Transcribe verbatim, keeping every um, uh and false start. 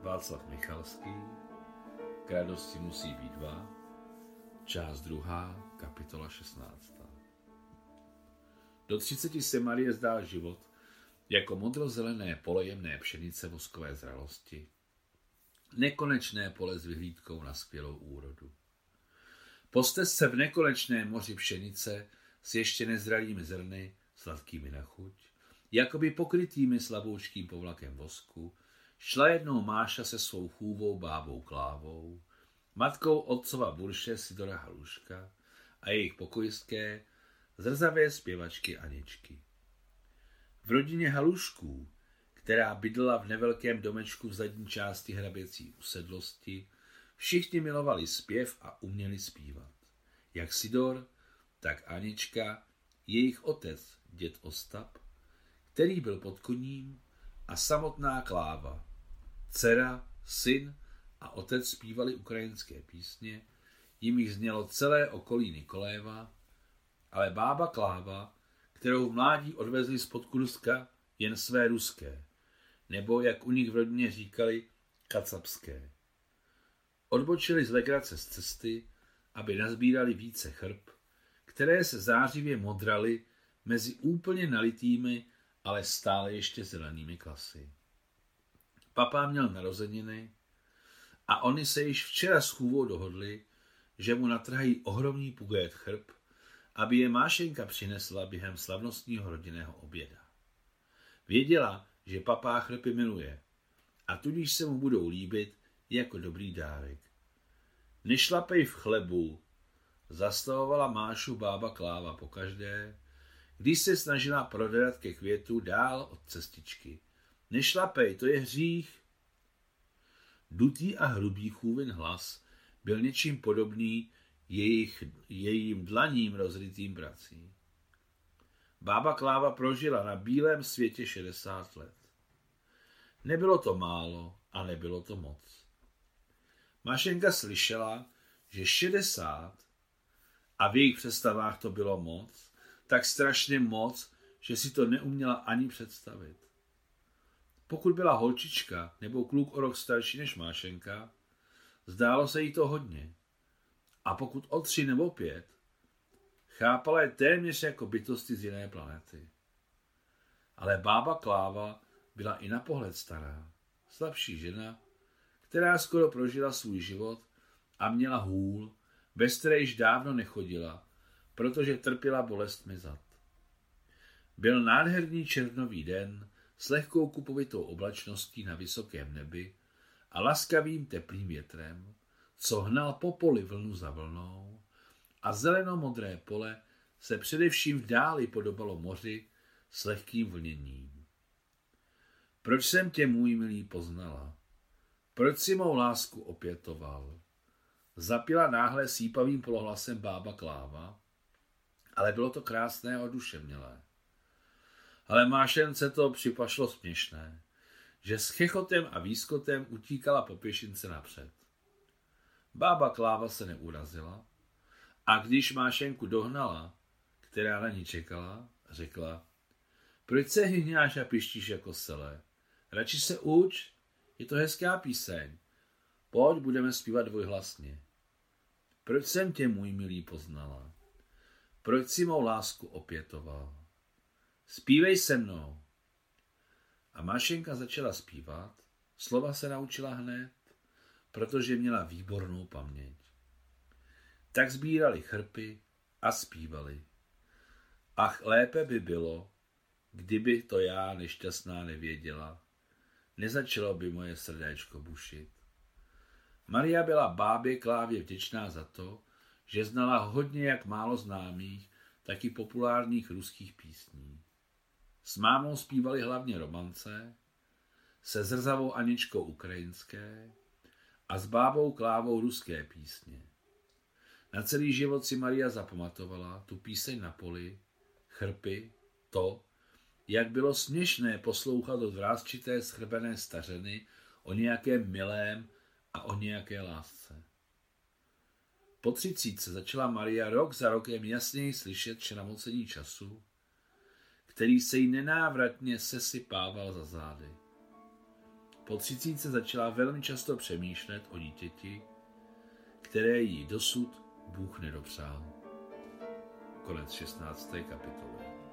Václav Michalský, K radosti musí být dva, část druhá, kapitola šestnáctá. Do třiceti se Marie zdál život jako modrozelené pole jemné pšenice voskové zralosti, nekonečné pole s vyhlídkou na skvělou úrodu. Po stezce v nekonečném moři pšenice s ještě nezralými zrny, sladkými na chuť, jakoby pokrytými slaboučkým povlakem vosku, šla jednou Máša se svou chůvou bábou Klávou, matkou otcova burše Sidora Haluška a jejich pokojistké, zrzavé zpěvačky Aničky. V rodině Halušků, která bydlela v nevelkém domečku v zadní části hraběcí usedlosti, všichni milovali zpěv a uměli zpívat. Jak Sidor, tak Anička, jejich otec, děd Ostap, který byl pod koním, a samotná Kláva, dcera, syn a otec zpívali ukrajinské písně, jimiž znělo celé okolí Nikoléva, ale bába Kláva, kterou v mládí odvezli spod Kurska jen své ruské, nebo, jak u nich v rodině říkali, kacapské. Odbočili z legrace z cesty, aby nazbírali více chrb, které se zářivě modraly mezi úplně nalitými, ale stále ještě zelenými klasy. Papa měl narozeniny a oni se již včera s chůvou dohodli, že mu natrhají ohromný pugét chrb, aby je Mášenka přinesla během slavnostního rodinného oběda. Věděla, že papá chrpy miluje a tudíž se mu budou líbit jako dobrý dárek. Nešlapej v chlebu, zastavovala Mášu bába Kláva pokaždé, když se snažila prodat ke květu dál od cestičky. Nešlapej, to je hřích. Dutý a hrubý chůvin hlas byl něčím podobný jejich, jejím dlaním rozrytým prací. Bába Kláva prožila na bílém světě šedesát let. Nebylo to málo a nebylo to moc. Mášenka slyšela, že šedesát, a v jejich představách to bylo moc, tak strašně moc, že si to neuměla ani představit. Pokud byla holčička nebo kluk o rok starší než Mášenka, zdálo se jí to hodně. A pokud o tři nebo pět, chápala je téměř jako bytosti z jiné planety. Ale bába Kláva byla i na pohled stará, slabší žena, která skoro prožila svůj život a měla hůl, bez které již dávno nechodila, protože trpěla bolestmi zad. Byl nádherný červnový den s lehkou kupovitou oblačností na vysokém nebi a laskavým teplým větrem, co hnal po poli vlnu za vlnou, a zelenomodré pole se především v dáli podobalo moři s lehkým vlněním. Proč jsem tě, můj milý, poznala? Proč si mou lásku opětoval? Zapila náhle sípavým polohlasem bába Kláva, ale bylo to krásné a oduševnělé. Ale Mášence to připašlo směšné, že s chechotem a výskotem utíkala po pěšince napřed. Bába Kláva se neurazila a když Mášenku dohnala, která na ní čekala, řekla: proč se hýňáš a pištíš jako sele? Radši se uč, je to hezká píseň. Pojď, budeme zpívat dvojhlasně. Proč jsem tě, můj milý, poznala? Proč si mou lásku opětoval? Zpívej se mnou. A Mášenka začala zpívat, slova se naučila hned, protože měla výbornou paměť. Tak sbírali chrpy a zpívali. Ach, lépe by bylo, kdyby to já nešťastná nevěděla, nezačalo by moje srdéčko bušit. Maria byla bábě Klávě vděčná za to, že znala hodně jak málo známých, tak i populárních ruských písní. S mámou zpívali hlavně romance, se zrzavou Aničkou ukrajinské a s bábou Klávou ruské písně. Na celý život si Maria zapamatovala tu píseň na poli, chrpy, to, jak bylo směšné poslouchat od vrásčité schrbené stařeny o nějakém milém a o nějaké lásce. Po třicítce začala Maria rok za rokem jasněji slyšet šramocení času, který se jí nenávratně sesypával za zády. Po třicítce začala velmi často přemýšlet o dítěti, které jí dosud Bůh nedopřál. Konec šestnácté kapitoly.